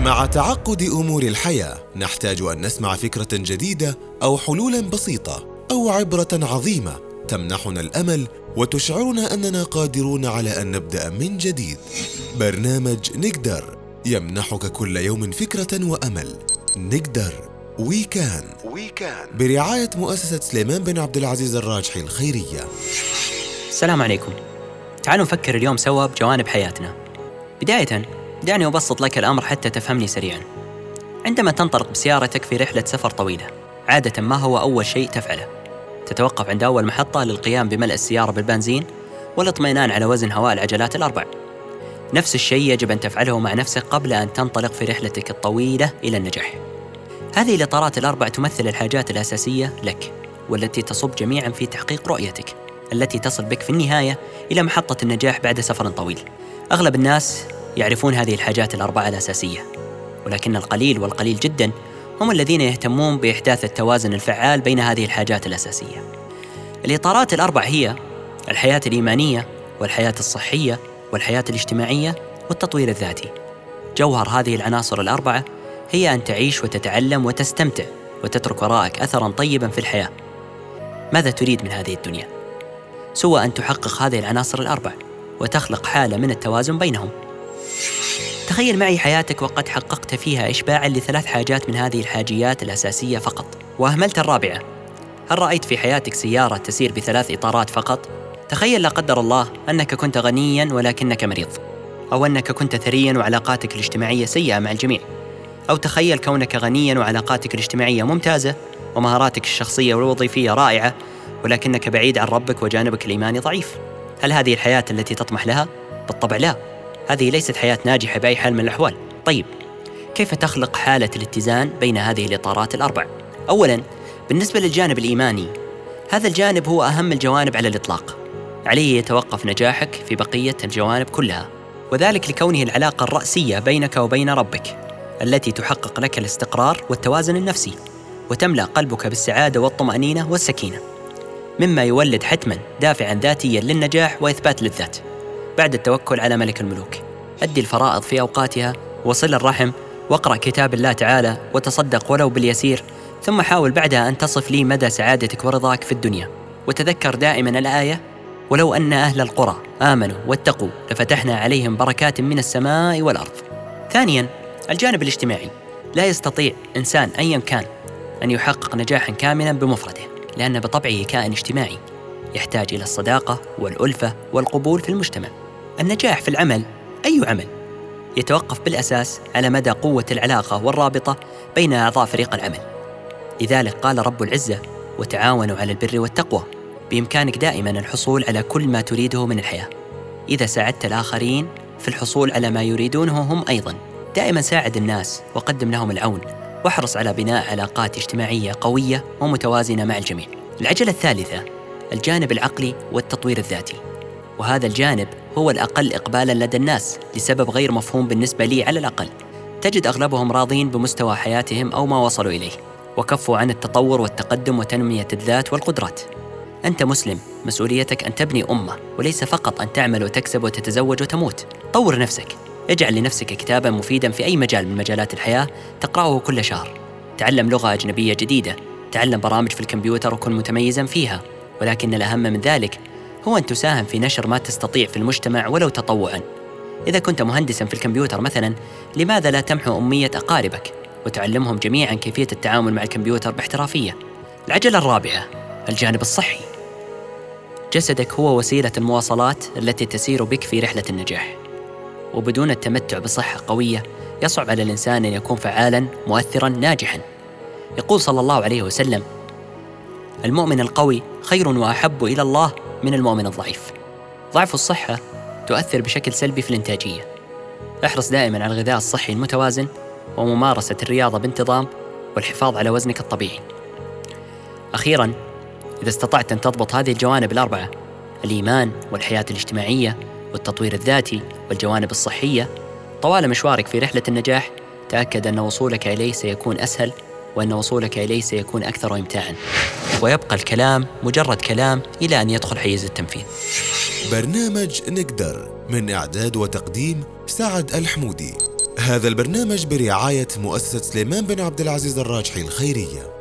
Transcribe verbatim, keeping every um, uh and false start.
مع تعقد أمور الحياة نحتاج أن نسمع فكرة جديدة أو حلولاً بسيطة أو عبرة عظيمة تمنحنا الأمل وتشعرنا أننا قادرون على أن نبدأ من جديد. برنامج نقدر يمنحك كل يوم فكرة وأمل. نقدر ويكان ويكان برعاية مؤسسة سليمان بن عبد العزيز الراجحي الخيرية. السلام عليكم. تعالوا نفكر اليوم سوا بجوانب حياتنا. بداية دعني أبسط لك الأمر حتى تفهمني سريعا. عندما تنطلق بسيارتك في رحلة سفر طويلة، عادة ما هو أول شيء تفعله؟ تتوقف عند أول محطة للقيام بملء السيارة بالبنزين والاطمئنان على وزن هواء العجلات الأربع. نفس الشيء يجب أن تفعله مع نفسك قبل أن تنطلق في رحلتك الطويلة إلى النجاح. هذه الإطارات الأربع تمثل الحاجات الأساسية لك، والتي تصب جميعا في تحقيق رؤيتك التي تصل بك في النهاية إلى محطة النجاح بعد سفر طويل. أغلب الناس يعرفون هذه الحاجات الأربعة الأساسية، ولكن القليل والقليل جدا هم الذين يهتمون بإحداث التوازن الفعال بين هذه الحاجات الأساسية. الإطارات الأربع هي الحياة الإيمانية والحياة الصحية والحياة الاجتماعية والتطوير الذاتي. جوهر هذه العناصر الأربعة هي أن تعيش وتتعلم وتستمتع وتترك وراءك أثراً طيباً في الحياة. ماذا تريد من هذه الدنيا؟ سوى أن تحقق هذه العناصر الأربع وتخلق حالة من التوازن بينهم. تخيل معي حياتك وقد حققت فيها إشباعاً لثلاث حاجات من هذه الحاجيات الأساسية فقط، وأهملت الرابعة. هل رأيت في حياتك سيارة تسير بثلاث إطارات فقط؟ تخيل لا قدر الله أنك كنت غنياً ولكنك مريض، أو أنك كنت ثرياً وعلاقاتك الاجتماعية سيئة مع الجميع، أو تخيل كونك غنياً وعلاقاتك الاجتماعية ممتازة ومهاراتك الشخصية والوظيفية رائعة، ولكنك بعيد عن ربك وجانبك الإيماني ضعيف. هل هذه الحياة التي تطمح لها؟ بالطبع لا، هذه ليست حياة ناجحة بأي حال من الأحوال. طيب، كيف تخلق حالة الاتزان بين هذه الإطارات الأربع؟ أولاً، بالنسبة للجانب الإيماني، هذا الجانب هو أهم الجوانب على الإطلاق. عليه يتوقف نجاحك في بقية الجوانب كلها، وذلك لكونه العلاقة الرئيسية بينك وبين ربك التي تحقق لك الاستقرار والتوازن النفسي وتملأ قلبك بالسعادة والطمأنينة والسكينة، مما يولد حتماً دافعاً ذاتياً للنجاح وإثبات للذات. بعد التوكل على ملك الملوك، أدي الفرائض في أوقاتها، وصل الرحم، واقرأ كتاب الله تعالى، وتصدق ولو باليسير، ثم حاول بعدها أن تصف لي مدى سعادتك ورضاك في الدنيا. وتذكر دائماً الآية: ولو أن أهل القرى آمنوا واتقوا لفتحنا عليهم بركات من السماء والأرض. ثانياً، الجانب الاجتماعي. لا يستطيع إنسان أيا كان أن يحقق نجاحاً كاملاً بمفرده، لأن بطبعه كائن اجتماعي يحتاج إلى الصداقة والألفة والقبول في المجتمع. النجاح في العمل، أي عمل، يتوقف بالأساس على مدى قوة العلاقة والرابطة بين أعضاء فريق العمل. لذلك قال رب العزة: وتعاونوا على البر والتقوى. بإمكانك دائماً الحصول على كل ما تريده من الحياة إذا ساعدت الآخرين في الحصول على ما يريدونه هم أيضاً. دائماً ساعد الناس وقدم لهم العون، واحرص على بناء علاقات اجتماعية قوية ومتوازنة مع الجميع. العجلة الثالثة، الجانب العقلي والتطوير الذاتي، وهذا الجانب هو الأقل إقبالاً لدى الناس لسبب غير مفهوم بالنسبة لي على الأقل. تجد أغلبهم راضين بمستوى حياتهم أو ما وصلوا إليه، وكفوا عن التطور والتقدم وتنمية الذات والقدرات. أنت مسلم، مسؤوليتك أن تبني أمة، وليس فقط أن تعمل وتكسب وتتزوج وتموت. طور نفسك، اجعل لنفسك كتاباً مفيداً في أي مجال من مجالات الحياة تقرأه كل شهر. تعلم لغة أجنبية جديدة، تعلم برامج في الكمبيوتر وكن متميزاً فيها. ولكن الأهم من ذلك هو أن تساهم في نشر ما تستطيع في المجتمع ولو تطوعاً. إذا كنت مهندساً في الكمبيوتر مثلاً، لماذا لا تمحو أمية أقاربك وتعلمهم جميعاً كيفية التعامل مع الكمبيوتر باحترافية؟ العجلة الرابعة، الجانب الصحي. جسدك هو وسيلة المواصلات التي تسير بك في رحلة النجاح، وبدون التمتع بصحة قوية يصعب على الإنسان أن يكون فعالاً مؤثراً ناجحاً. يقول صلى الله عليه وسلم: المؤمن القوي خير وأحب إلى الله من المؤمن الضعيف. ضعف الصحة تؤثر بشكل سلبي في الإنتاجية. احرص دائماً على الغذاء الصحي المتوازن وممارسة الرياضة بانتظام والحفاظ على وزنك الطبيعي. أخيراً، إذا استطعت أن تضبط هذه الجوانب الأربعة، الإيمان والحياة الاجتماعية والتطوير الذاتي والجوانب الصحية، طوال مشوارك في رحلة النجاح، تأكد أن وصولك إليه سيكون أسهل، وأن وصولك إليه سيكون أكثر إمتاعاً، ويبقى الكلام مجرد كلام إلى أن يدخل حيز التنفيذ. برنامج نقدر من إعداد وتقديم سعد الحمودي. هذا البرنامج برعاية مؤسسة سليمان بن عبد العزيز الراجحي الخيرية.